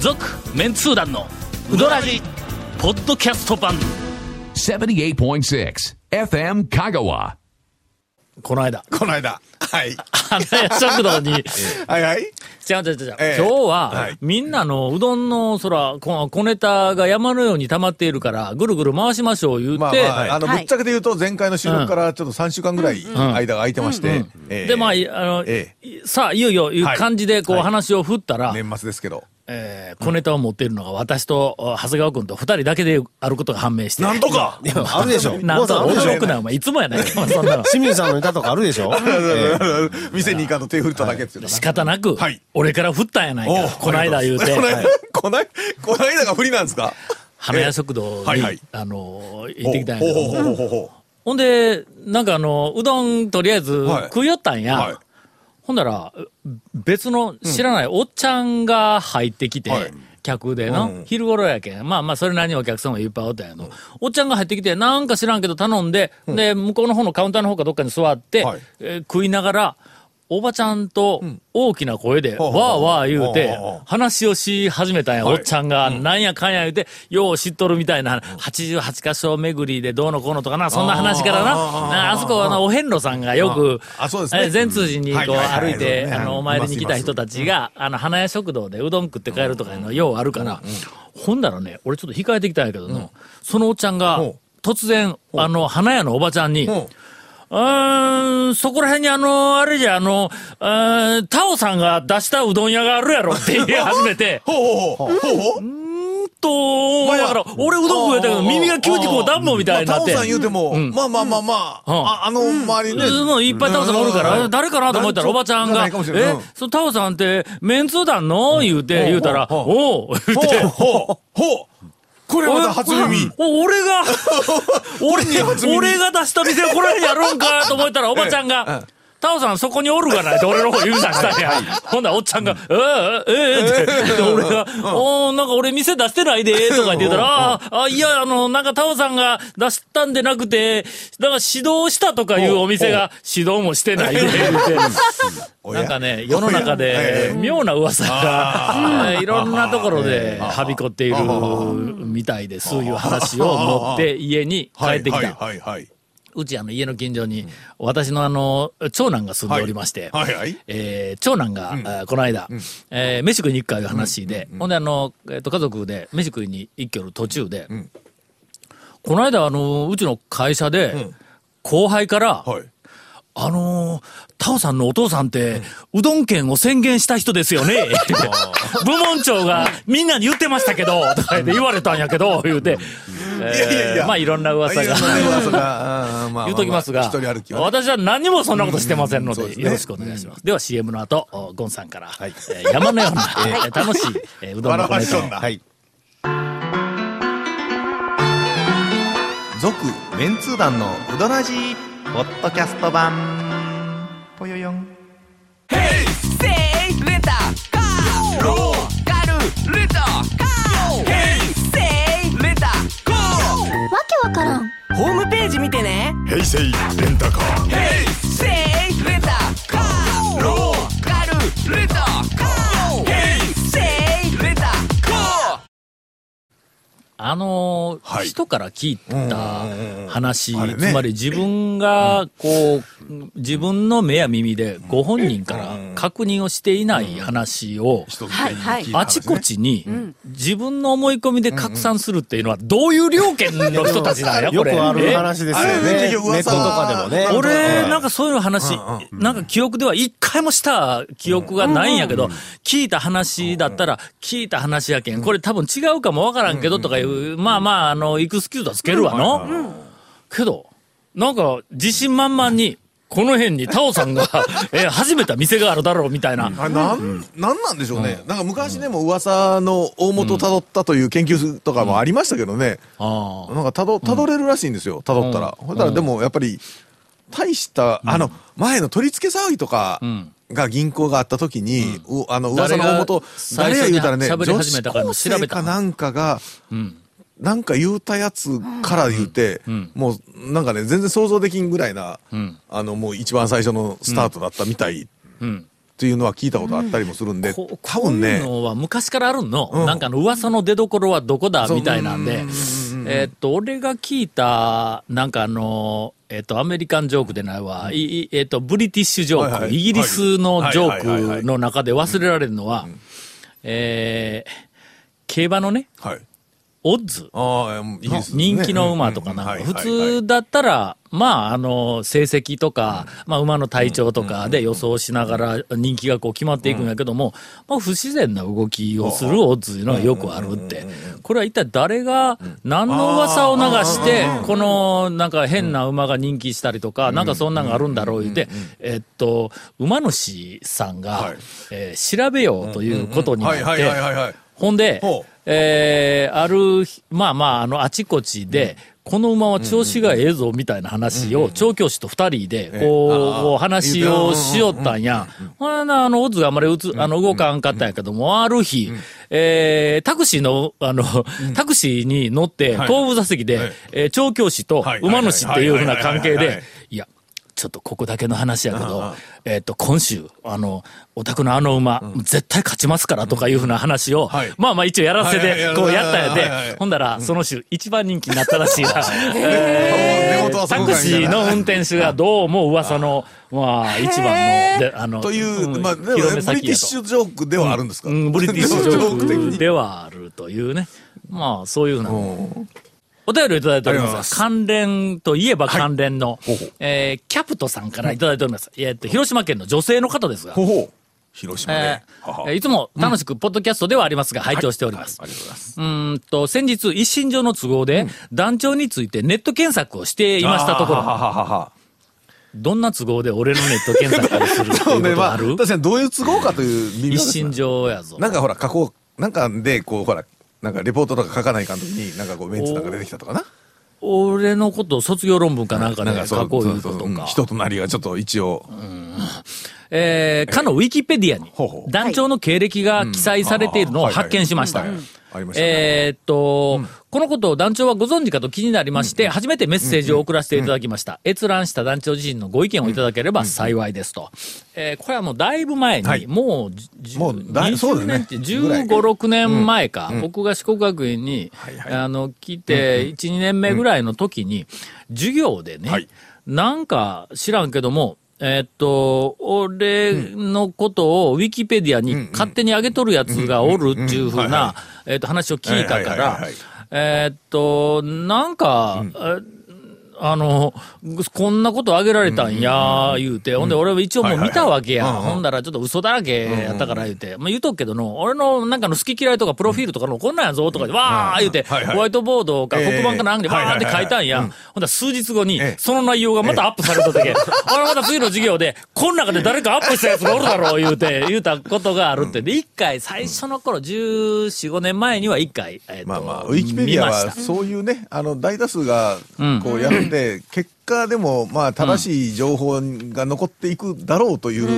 続メンツー団のウドラジポッドキャスト版 78.6 FM 香川。 この間はい。 花屋食堂にはいはい。 違う、今日は、みんなのうどんの小ネタが山のように溜まっているからぐるぐる回しましょう言うて、 ぶっちゃけて言うと前回の収録からちょっと3週間ぐらい間が空いてまして、 でさあいよいよいう感じで話を振ったら、 年末ですけど、 小ネタを持っているのが私と長谷川君と2人だけであることが判明して、 なんとかあるでしょ。 なんとか驚くなよお前、いつもやないかそんなの。 清水さんのネタとかあるでしょ。 店に行かんと手振っただけっていうの仕方なく、俺から振ったんやないかこないだ言うて、 こないだが振りなんですか。 花屋食堂に行ってきたんやけど、ほんでなんかうどんとりあえず食いよったんや。ほんなら別の知らないおっちゃんが入ってきて、客での、昼頃やけん、まあそれなりにお客さんもいっぱいおったんやの、おっちゃんが入ってきてなんか知らんけど頼んで、で向こうの方のカウンターの方かどっかに座って、食いながらおばちゃんと大きな声でわーわー言うて話をし始めたんや。おっちゃんがなんやかんや言うてよう知っとるみたいな88箇所巡りでどうのこうのとかな、そんな話からな、あそこはお遍路さんがよく善通寺にこう歩いてお参りに来た人たちが花屋食堂でうどん食って帰るとかいうのようあるから、ほんならね俺ちょっと控えてきたんやけどの、そのおっちゃんが突然花屋のおばちゃんにそこら辺にあれじゃタオさんが出したうどん屋があるやろって言い始めてだから俺うどん食うやったけど耳が急にこうダンボみたいになって、 タオさん言うてもまあ周りねいっぱいタオさんがおるから誰かなと思ったらおばちゃんがそのタオさんってメンツー団の言うたらおう言うてこれはまた初耳。 俺が出した店がこれやるんかと思ったらおばちゃんが、タオさんそこにおるがないって俺の方指さしたんや。ほんならおっちゃんが、って、俺が、なんか俺店出してないで、とか言ってたら、いや、なんかタオさんが出したんでなくて、なんか指導したとかいうお店が指導もしてないで、言って。なんかね、世の中で妙な噂が、いろんなところではびこっているみたいです。そういう話を持って家に帰ってきた。うち家の近所に私の長男が住んでおりまして、長男が、この間、飯食いに行くかいう話で、ほんで家族で飯食いに行きよる途中で、この間うちの会社で、後輩から、タオさんのお父さんって、うどん県を宣言した人ですよね。部門長がみんなに言ってましたけど、とか言われたんやけど、言うて。まあいろんな噂が言うときますが、私は何もそんなことしてませんので、よろしくお願いします。では CM の後、ゴンさんから、山のような楽しいうどんのコネタを。 続メンツー団のうどらじポッドキャスト版ぽよよん。 ヘイセイレンタカーローカルレンタカーヘイセイレンタカーわけわからん。 ホームページ見てね。 ヘイセイレンタカーヘイセイレンタカーローカルレンタカーヘイセイレンタカー。 人から聞いた話、つまり自分が自分の目や耳でご本人から確認をしていない話をあちこちに自分の思い込みで拡散するっていうのはどういう両県の人たちなんやこれ。 よくある話ですよね。ネットとかでもね。 俺なんかそういう話なんか記憶では一回もした記憶がないんやけど、聞いた話だったら聞いた話やけんこれ多分違うかもわからんけどとかいうまあエクスキューズはつけるわの、けどなんか自信満々にこの辺にタオさんが始めた店があるだろうみたいな。 なんなんでしょうね。なんか昔ねも噂の大元を辿ったという研究とかもありましたけどね。なんか辿れるらしいんですよ。辿ったら。ほんだらでもやっぱり大した前の取り付け騒ぎとか。が銀行があった時に、噂の大元、誰が言うたらね、女子高生かなんかが、なんか言うたやつから言うて、もうなんかね、全然想像できんぐらいな、もう一番最初のスタートだったみたいっていうのは聞いたことあったりもするんで、多分ね。 こういうのは昔からあるの、なんか噂の出所はどこだみたいなんで、俺が聞いた、なんかアメリカンジョークでないわ、ブリティッシュジョーク、イギリスのジョークの中で忘れられるのは、競馬のね、オッズ人気の馬とかなんか、普通だったら、まあ、成績とか、まあ、馬の体調とかで予想しながら人気がこう決まっていくんだけども、まあ、不自然な動きをするオッズいうのがよくあるって。これは一体誰が何の噂を流して、このなんか変な馬が人気したりとか、なんかそんなのがあるんだろう言って、馬主さんが、調べようということになって、ほんで、ある、まあ、あちこちで、この馬は調子がええぞ、みたいな話を、調教師と二人で、こう、話をしよったんや。オッズがあんまり動かんかったんやけども、ある日、タクシーに乗って、後部座席で、調教師と馬主っていうふうな関係で、いや、ちょっとここだけの話やけど、今週、お宅の馬、絶対勝ちますからとかいうふうな話を、まあ一応やらせて、こうやったんやで、ほんだら、その週一番人気になったらしいな。タクシーの運転手がどうも噂の、まあ一番の、 という、まあ、ブリティッシュジョークではあるんですか？ ブリティッシュジョークではあるというね。まあ、そういうふうな。お便りをいただいております。関連といえば関連の、キャプトさんからいただいております。広島県の女性の方ですが。 広島ね。 いつも楽しくポッドキャストではありますが、拝聴しております。 ありがとうございます。 先日、一身上の都合で、団長についてネット検索をしていましたところ、どんな都合で俺のネット検索をするっていうことある？ 確かにどういう都合かという微妙です一身上やぞ。 なんかほら、なんかで、こう、ほら、なんかレポートとか書かないかんときに、なんかこうメンツなんか出てきたとかな。 俺のことを卒業論文かなんかで書こういうことか。 人となりがちょっと一応。 かのウィキペディアに団長の経歴が記載されているのを発見しました。このことを団長はご存知かと気になりまして、初めてメッセージを送らせていただきました。閲覧した団長自身のご意見をいただければ幸いですと。これはもうだいぶ前に、もう20年って、15、6年前か、僕が四国学院に、来て、1、2年目ぐらいの時に、授業でね、なんか知らんけども、俺のことをウィキペディアに勝手に上げとるやつがおるっていうふうな、話を聞いたから、なんか、こんなことあげられたんや、言うて、ほんで俺は一応もう見たわけや。ほんだらちょっと嘘だらけやったから言うて、まあ言うとくけどの、俺のなんかの好き嫌いとかプロフィールとかのこんなんやぞとかで、わー言うて、ホワイトボードか黒板かなんかでわーって書いたんや。ほんだら数日後に、その内容がまたアップされた時、俺また次の授業で、こん中で誰かアップしたやつがおるだろう言うたことがあるって。で、一回、最初の頃、14、5年前には一回、 まあまあ、ウィキペディアはそういうね、大多数が、こうやって、結果でも、まあ、正しい情報が残っていくだろうという、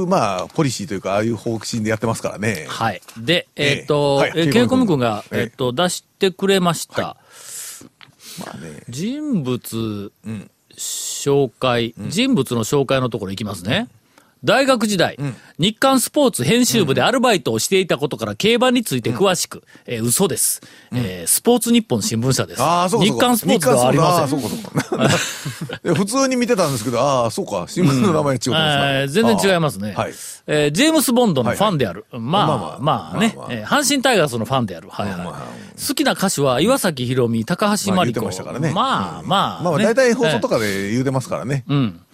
まあ、ポリシーというか、ああいう方針でやってますからね。 はい。で、ケイコム君が、出してくれました。まあね、人物紹介、人物の紹介のところいきますね。大学時代、日刊スポーツ編集部でアルバイトをしていたことから競馬について詳しく、嘘です。スポーツ日本新聞社です。日刊スポーツではありません。 普通に見てたんですけど、そうか、新聞の名前違うんですね。 全然違いますね。ジェームス・ボンドのファンである。まあね、阪神タイガースのファンである。好きな歌手は岩崎宏美、高橋真理子。まあ、 大体放送とかで言うてますからね。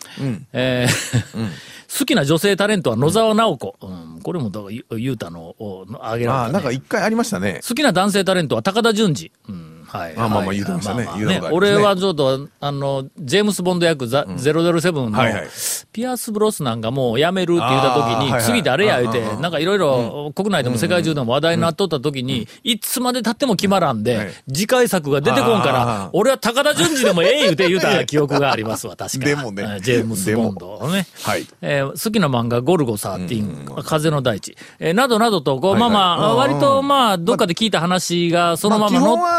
好きな女性タレントは野沢直子。これも言うたのをあげられた、ね。 なんか一回ありましたね。 好きな男性タレントは高田純次。はい。 まあ言うてましたね。 俺はちょっと、ジェームス・ボンド役007の、ピアース・ブロスなんかもう辞めるって言った時に、次誰や言うて、なんかいろいろ国内でも世界中でも話題になっとった時に、いつまで経っても決まらんで、次回作が出てこんから、俺は高田純次でもええ言うて言うた記憶がありますわ、確かに。 でもね。 ジェームス・ボンドね。好きな漫画、ゴルゴ13、風の大地、などなどと、割とどっかで聞いた話がそのまま載っとんやけ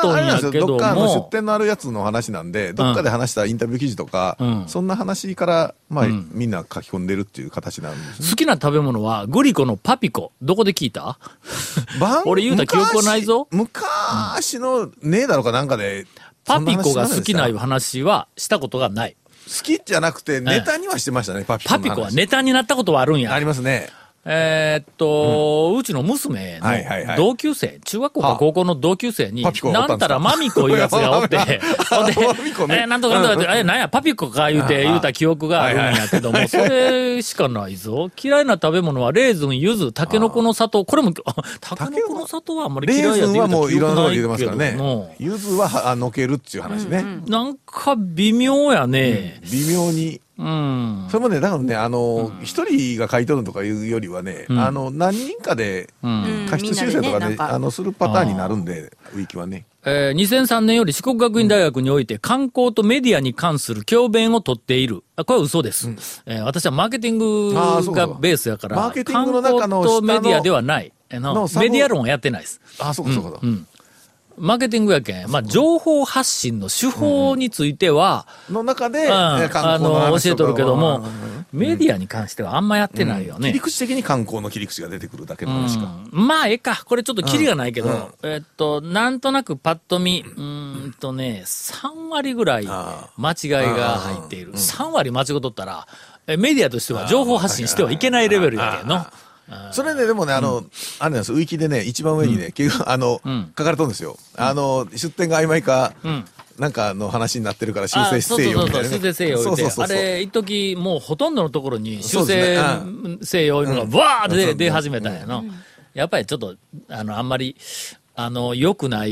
ですよ。 けどもどっか出店のあるやつの話なんで、どっかで話したインタビュー記事とか、そんな話から、まあ、みんな書き込んでるっていう形なんですね。 好きな食べ物はグリコのパピコ。どこで聞いた？俺言うた記憶はないぞ。 昔のねえだろうかなんかで。 パピコが好きないう話はしたことがない。 好きじゃなくてネタにはしてましたね、パピコの話。 パピコはネタになったことはあるんや。 ありますね。 うちの娘の同級生、中学校か高校の同級生に、なんたらマミコいうやつがおって、ほんで、なんとかなんとかって、なんや、パピコか言うた記憶があるんやけども、それしかないぞ。嫌いな食べ物はレーズン、柚子、タケノコの砂糖。これも、タケノコの砂糖はあんまり嫌いやって言うた記憶ないけど。レーズンはもういろんなとこ入れてますからね。柚子はのけるっていう話ね。なんか微妙やね。 微妙に。それもね、だからね、一人が書いとるとかいうよりはね、何人かで、過失修正とかね、するパターンになるんで、ウィキはね。 2003年より四国学院大学において観光とメディアに関する教鞭を取っている。これは嘘です。私はマーケティングがベースやから、観光とメディアではない。メディア論はやってないです。 あ、そうかそうか。 マーケティングやけん、まあ、情報発信の手法については、 の中で、 教えとるけども、メディアに関してはあんまやってないよね。 切り口的に観光の切り口が出てくるだけの話か。 まあ、ええか。これちょっとキリがないけど、なんとなくパッと見、3割ぐらい間違いが入っている。3割間違っとったら、メディアとしては情報発信してはいけないレベルやけんの。 それね、でもね、あれなんです、ウィキでね、一番上にね、書かれとるんですよ。出典が曖昧か、なんかの話になってるから修正せよみたいな。 修正せよって。あれ、一時もうほとんどのところに修正せよいうのがブワーって出始めたんやの。やっぱりちょっと、あんまり、良くない、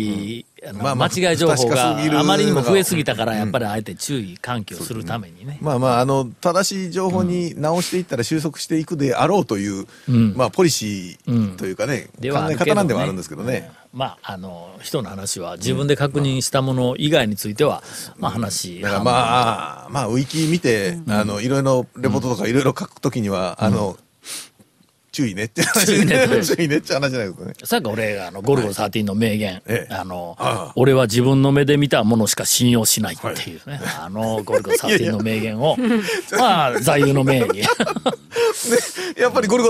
間違い情報があまりにも増えすぎたから、やっぱりあえて注意喚起をするためにね。 まあまあ、正しい情報に直していったら収束していくであろうという、まあ、ポリシーというかね、考え方なんではあるんですけどね。 まあ、人の話は自分で確認したもの以外については、まあ話。 だからまあ、ウィキ見て、いろいろレポートとかいろいろ書くときには、注意ねって話。注意ねって話じゃないですかね。 さっき俺がゴルゴ13の名言、俺は自分の目で見たものしか信用しないっていうね、ゴルゴ13の名言を、まあ、座右の銘に。 やっぱりゴルゴ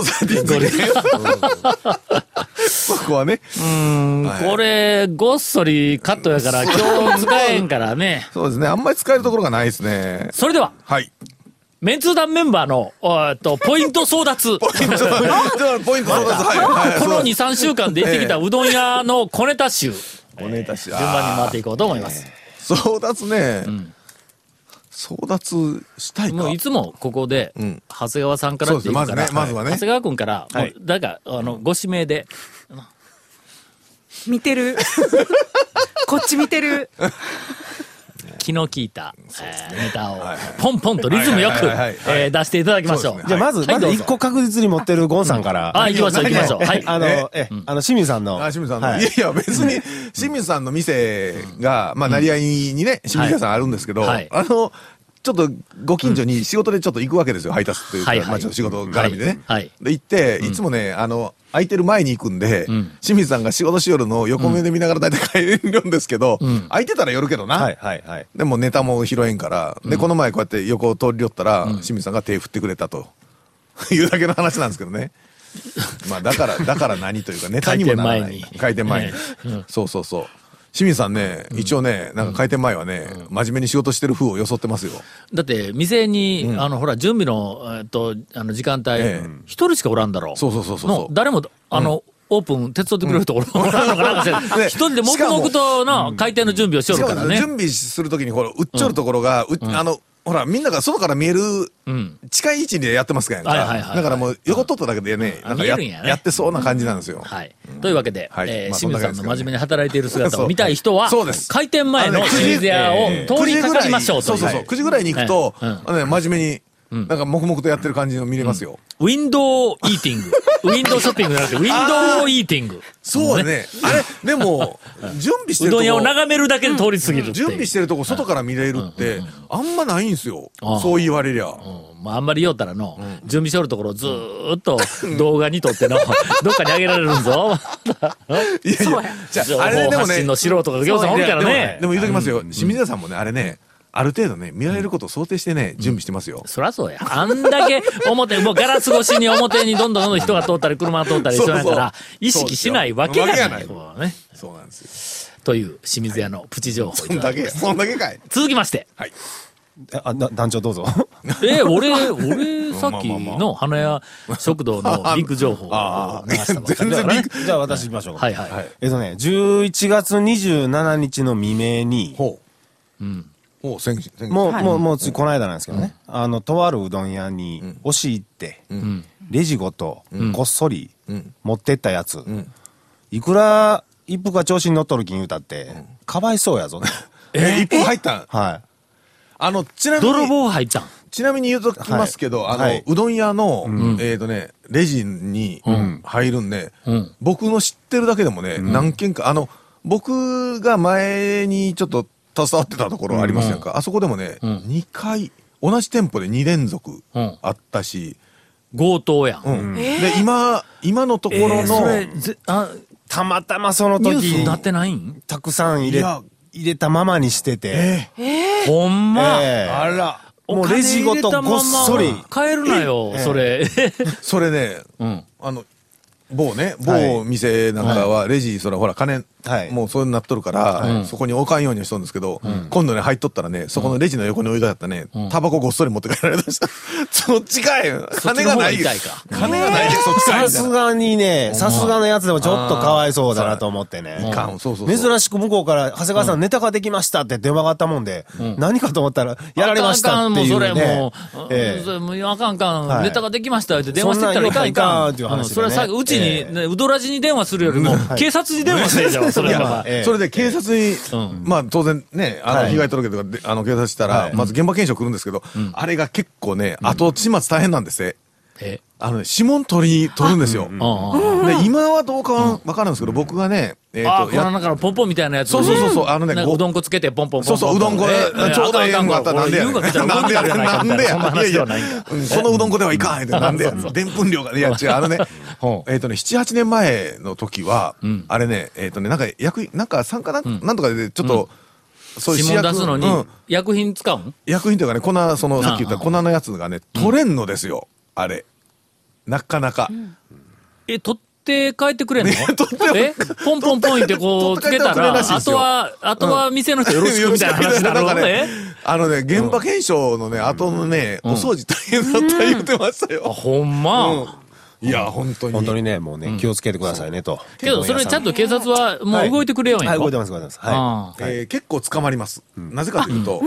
13ここはね。 これ、ごっそりカットやから今日使えんからね。 そうですね。あんまり使えるところがないですね。 それでは。 はい。 メンツー団メンバーの、ポイント争奪。 ポイント争奪。はい。 この2、3週間で行ってきたうどん屋の小ネタ集。 小ネタ集。 順番に回っていこうと思います。 争奪ね。争奪したいか。 もういつもここで、長谷川さんからって言うから、 まずはね。 長谷川君から、だから、ご指名で。 見てる。こっち見てる。 気の利いたネタをポンポンとリズムよく出していただきましょう。 じゃあまず一個確実に持ってるゴンさんから。 行きましょう。はい。 清水さんの。 清水さんの。いや別に、清水さんの店が、まあ、成合にね、清水屋さんあるんですけど、ちょっとご近所に仕事でちょっと行くわけですよ、配達というか、まあちょっと仕事絡みでね。で行って、いつもね、空いてる前に行くんで、清水さんが仕事しよるのを横目で見ながら大体帰るんですけど、空いてたら寄るけどな。でもネタも拾えんから、で、この前こうやって横を通り寄ったら、清水さんが手振ってくれたというだけの話なんですけどね。まあだから何というか、ネタにもならない。開店前に。そう。清水さんね、一応ね、なんか開店前はね、真面目に仕事してる風を装ってますよ。 だって、店に、ほら、準備の、時間帯、一人しかおらんだろう。 そう。 誰も、オープン手伝ってくれるとおらんのかな一人で黙々とな、開店の準備をしよるからね。 準備するときに、ほら、売っちょるところが、ほら、みんなが外から見える、近い位置でやってますからだからもう、横取っただけでね、なんかやってそうな感じなんですよ。 はい。というわけで、清水さんの真面目に働いている姿を見たい人は、開店前の清水屋を通りかかりましょうと。 そう。9時ぐらいに行くと、真面目に、 なんか黙々とやってる感じの見れますよ。 ウィンドウイーティング。ウィンドウショッピングじゃなくて、ウィンドウイーティング。 そうね。あれ、でも、準備してるとこ。 うどん屋を眺めるだけで通り過ぎるっていう。 準備してるとこ外から見れるって、あんまないんすよ。そう言われりゃ。 まあ、あんまり言おったらの、準備しおるところをずーっと動画に撮っての、どっかにあげられるんぞ。 いやいや、じゃあ、あれでもね。 発信の素人が餃子おるからね。 でも言うときますよ。清水屋さんもね、あれね、ある程度ね、見られることを想定してね、準備してますよ。 そりゃそうや。あんだけ表、もうガラス越しに表にどんどん人が通ったり、車が通ったり一緒だから、意識しないわけがない。 そうなんですよ。 という清水屋のプチ情報。 そんだけかい。 続きまして。 はい。 団長どうぞ。 俺、さっきの花屋食堂のビッグ情報を流したばっかりだからね。 じゃあ私行きましょうか。 はいはい。 11月27日の未明に、もうついこの間なんですけどね、とあるうどん屋に押し入って、レジごとこっそり持ってったやつ、いくら一服が調子に乗っとる気に言うたって、かわいそうやぞね。 一服入ったん？ はい。 ちなみに。 泥棒入ったん？ ちなみに言うときますけど、うどん屋の、レジに入るんで、僕の知ってるだけでもね、何件か、僕が前にちょっと携わってたところありますやんか。あそこでもね、2回、同じ店舗で2連続あったし。 強盗やん。 で、今のところの、 たまたまその時、 ニュースになってないん？ たくさん入れたままにしてて。 ほんま。 あら。 もうレジごとごっそり。 帰るなよ、それ。 それね、某店なんかは、レジ、ほら、金、もうそういうになっとるから、そこに置かんようにしとるんですけど、今度ね、入っとったらね、そこのレジの横に置いてあったね、タバコごっそり持って帰られました。そっちかい。金がない。金がないで、そっちかい。 さすがにね、さすがのやつでもちょっとかわいそうだなと思ってね。珍しく向こうから、長谷川さんネタができましたって電話があったもんで、何かと思ったら、やられましたっていうね。 それもう、あかん、ネタができましたって電話してったらいかんいかん。それはさ、うちに、うどらじに電話するよりも、警察に電話してんじゃん、それは。 それで警察に、まあ当然ね、被害届とか警察したら、まず現場検証来るんですけど、あれが結構ね、後始末大変なんですね。指紋取るんですよ。で、今はどうかわかるんですけど、僕がね、 この中のポンポンみたいなやつそう、 うどんこつけてポンポンポンポン。 そう、うどんこちょうどええんがあったらなんでや。なんでや。いや、このうどんこではいかんへん。なんでや。でんぷん量が、いや違う、7、8年前の時は、あれね、なんか参加なんとかでちょっと、 そういう指紋出すのに、薬品使うん？ 薬品というかね、さっき言った粉のやつがね、取れんのですよ、あれ。なかなか。 取って帰ってくれんの？ポンポンポンってこうつけたら、あとは店の人よろしくみたいな話になるのね。 現場検証のね、後のね、お掃除大変だった言ってましたよ。 ほんま。 いや、本当にね、もうね、気をつけてくださいねと。 けど、それちゃんと警察はもう動いてくれよんやろ。 動いてます、動いてます。はい。結構捕まります。なぜかというと、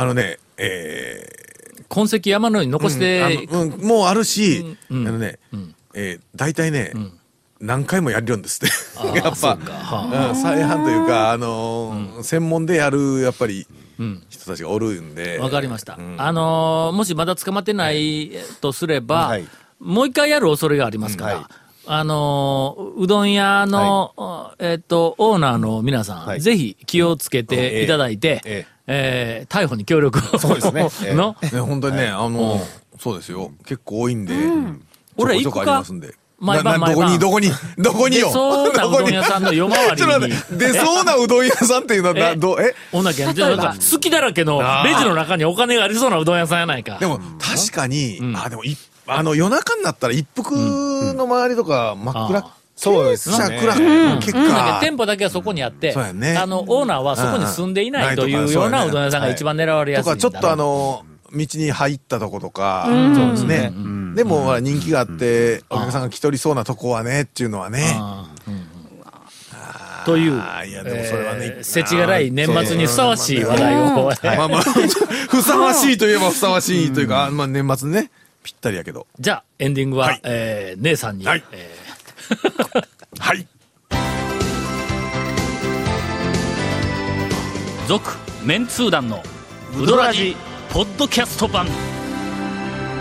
痕跡山のように残して、 もうあるし、大体ね、何回もやるんですって。やっぱ、再犯というか、専門でやる、やっぱり、人たちがおるんで。 わかりました。もしまだ捕まってないとすれば、もう一回やる恐れがありますから、うどん屋の、オーナーの皆さん、ぜひ気をつけていただいて、逮捕に協力を。 そうですね。 本当にね、そうですよ。結構多いんで、 俺行くか。毎晩どこによ。 出そうなうどん屋さんの夜回りに。 出そうなうどん屋さんっていうのは、 おなきゃ、好きだらけのレジの中にお金がありそうなうどん屋さんやないか。 でも、確かに、夜中になったら一服の周りとか真っ暗。 そうですね。 結果。 店舗だけはそこにあって、オーナーはそこに住んでいないというようなうどん屋さんが一番狙われやすい。 とか、ちょっと道に入ったとことか、そうですね。でも、人気があって、お客さんが来とりそうなとこはね、っていうのはね。 という、せちがらい年末にふさわしい話題を。 ふさわしいといえばふさわしいというか、年末ね。ぴったりやけど。 じゃあ、エンディングは、姉さんに。はい。続、メンツー団の、ウドラジ、ポッドキャスト版。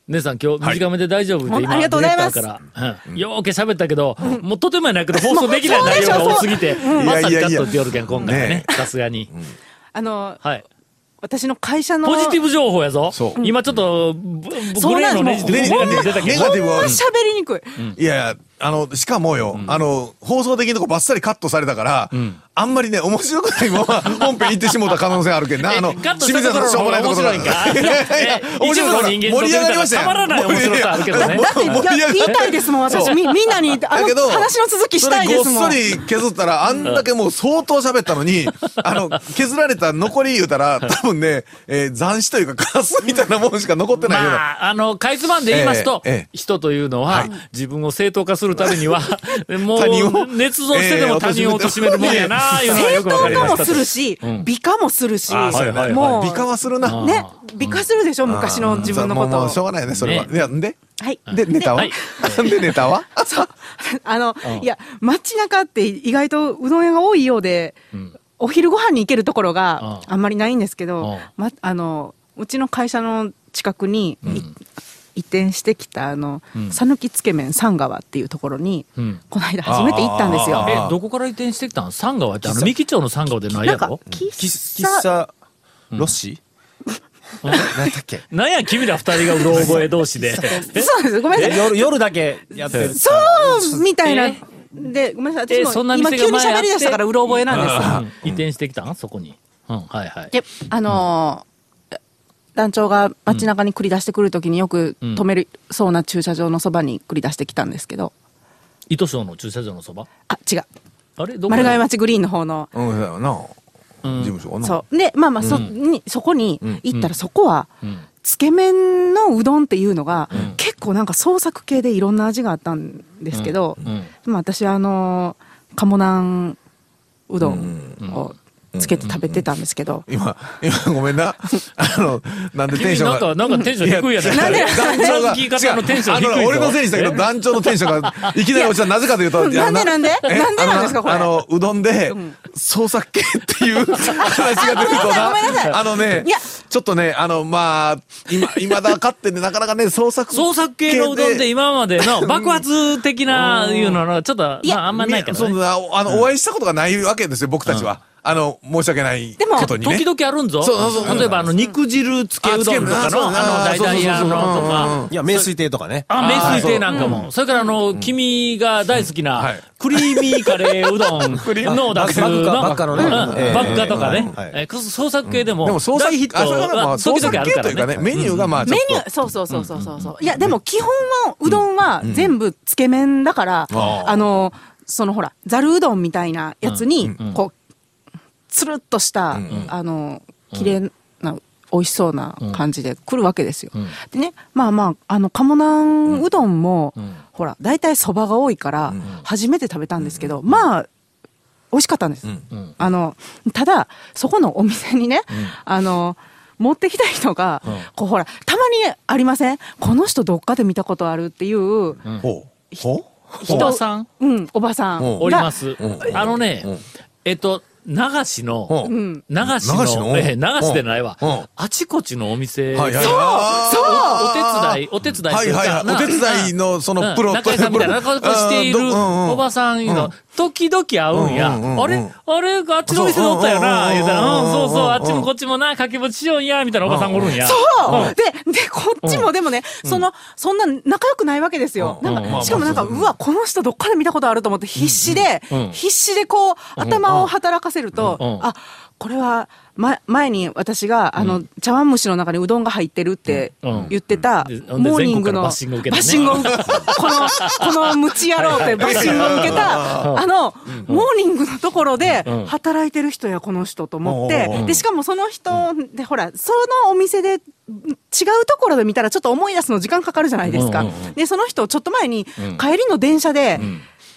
姉さん今日短めで大丈夫って今ありがとうございますディレクターからよーけ喋ったけど、もうとてもやないけど放送できない内容が多すぎて、まさにカットって言おるけん、今回はね、さすがに。はい。 私の会社のポジティブ情報やぞ。今ちょっと、グレーのネガティブ出たけど。 ほんま喋りにくい。 いやいや、しかもよ、放送的なとこバッサリカットされたから、あんまりね、面白くないまま本編行ってしもうた可能性あるけんな。 カットしたところの方が面白いんか。一部の人間と出たらたまらない面白さあるけどね。 だって言いたいですもん、私。みんなに、話の続きしたいですもん。 ごっそり削ったら、あんだけもう相当喋ったのに、削られた残り言うたら、多分ね、残死というかカスみたいなものしか残ってないような。 まあ、かいつまんで言いますと、人というのは、自分を正当化するためには、もう、捏造してでも他人を貶めるもんやな、いうのはよくわかりました。 正当化もするし、美化もするし、 もう、美化はするな。 ね、美化するでしょ、昔の自分のことを。 もうしょうがないね、それは。ではい。 で、ネタはで、ネタはそう。いや、街中って意外とうどん屋が多いようで、お昼ご飯に行けるところがあんまりないんですけど、うちの会社の近くに移転してきた讃岐つけ麺三川っていうところに、この間初めて行ったんですよ。 どこから移転してきたん？三川って三木町の三川でないやろ？ 喫茶ロッシ何だっけ？ なんや君ら二人がうろ覚え同士で。 そうです。ごめんなさい。 夜だけやってる。 そうみたいな。で、ごめんなさい。私も今急に喋り出したからうろ覚えなんです。 移転してきたん？そこに。はいはい。 で、団長が街中に繰り出してくるときによく止めるそうな駐車場のそばに繰り出してきたんですけど。 糸庄の駐車場のそば？ あ、違う。 あれ丸亀町グリーンの方の。 うん、だよな。事務所かな。 そう。で、まあまあ、そこに行ったらそこは、つけ麺のうどんっていうのが、結構なんか創作系でいろんな味があったんですけど、まあ私は鴨南うどんをつけて食べてたんですけど。 今ごめんな。なんでテンションが。 なんかテンション低いやつ。 なんで団長が。 聞き方のテンション低いぞ。 俺のせいにしたけど、団長のテンションがいきなり落ちた。なぜかというと。 なんでなんですか、これ。 うどんで、創作系っていう話が出るとな。ちょっとね、まあ、今だかってね、なかなかね、創作系のうどんって今までの爆発的ないうのは、ちょっと、まあ、あんまりないけどね。 お会いしたことがないわけですよ、僕たちは。申し訳ないことにね。 時々あるんぞ。例えば、肉汁つけうどんとかの、大々屋のとか。 いや、名水亭とかね。 名水亭なんかも。それから、君が大好きな、クリーミーカレーうどんの出すの。 バッカのね。 バッカとかね。創作系でも、大ヒットは時々あるからね。 メニューがまあ、 メニュー、そう。いや、でも基本は、うどんは全部つけ麺だから、ほら、ざるうどんみたいなやつに、こう、つるっとした、綺麗な、美味しそうな感じで来るわけですよ。でね、まあまあ、鴨南うどんも、ほら、大体蕎麦が多いから、初めて食べたんですけど、まあ、美味しかったんです。ただ、そこのお店にね、持ってきた人が、こうほら、たまにありません？この人どっかで見たことあるっていう、 おばさん？ おばさん。 おります。流しの、流しでないわ。あちこちのお店。 そうお手伝いはいはいはい。お手伝いのそのプロ中井さんみたいな顔しているおばさんの、時々会うんや。あれあっちの店におったよな。言うたら、そう、あっちもこっちもな、掛け持ちしようんや、みたいなおばさんおるんや。 そうで、こっちもでもね、そんな仲良くないわけですよ。しかもなんか、うわ、この人どっかで見たことあると思って必死でこう、頭を働かせると、あ、これは、前に私が、茶碗蒸しの中にうどんが入ってるって言ってた、モーニングの、バッシングを受けた、このムチ野郎ってバッシングを受けた、モーニングのところで、働いてる人や、この人と思って、で、しかもその人で、ほら、そのお店で、違うところで見たらちょっと思い出すの時間かかるじゃないですか。で、その人、ちょっと前に、帰りの電車で、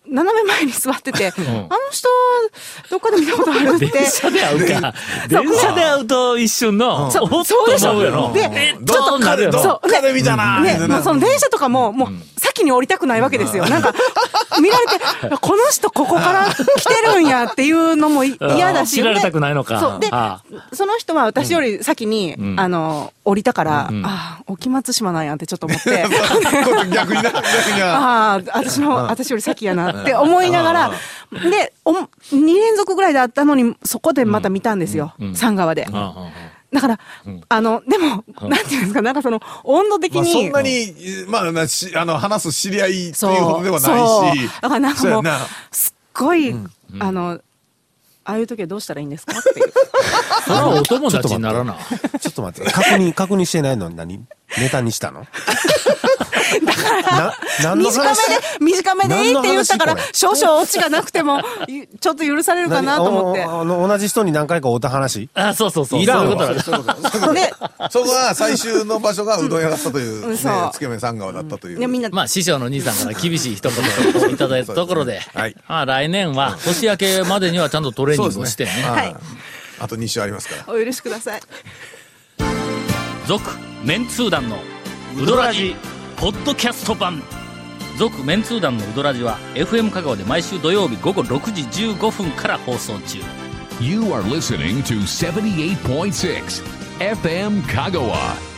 斜め前に座ってて、あの人、どっかで見たことあるって。 電車で会うか。電車で会うと一瞬の、 そうでしょ。 で、ちょっとなるよな。 どっかで見たなね、もうその電車とかも、もう先に降りたくないわけですよ。なんか、見られて、この人ここから来てるんやっていうのも嫌だし。 知られたくないのか。 そう。で、その人は私より先に、降りたから、沖松島なんやってちょっと思って。 逆にな。 私より先やなって思いながら、で、2連続ぐらいで会ったのに、そこでまた見たんですよ。三川で。だから、でも、なんていうんですか、なんかその、温度的に。 そんなに、話す知り合いっていうことではないし。 だからなんかもう、すっごい、ああいう時はどうしたらいいんですかっていう。 それはお友達にならな。 ちょっと待って、確認してないのに何ネタにしたの？ だから短めでいいって言ったから、少々オチがなくても、ちょっと許されるかなと思って。 同じ人に何回か会った話？ そう。 いらんわ。 で、そこは最終の場所がうどん屋だったという、つけ麺三川だったという。 まあ、師匠の兄さんから厳しい一言をいただいたところで、来年は年明けまでにはちゃんとトレーニングをしてね。 あと2週ありますから。 お許しください。 続メンツー団のウドラジポッドキャスト版。続メンツー団のウドラジは FM 香川で毎週土曜日午後6時15分から放送中。 You are listening to 78.6 FM 香川。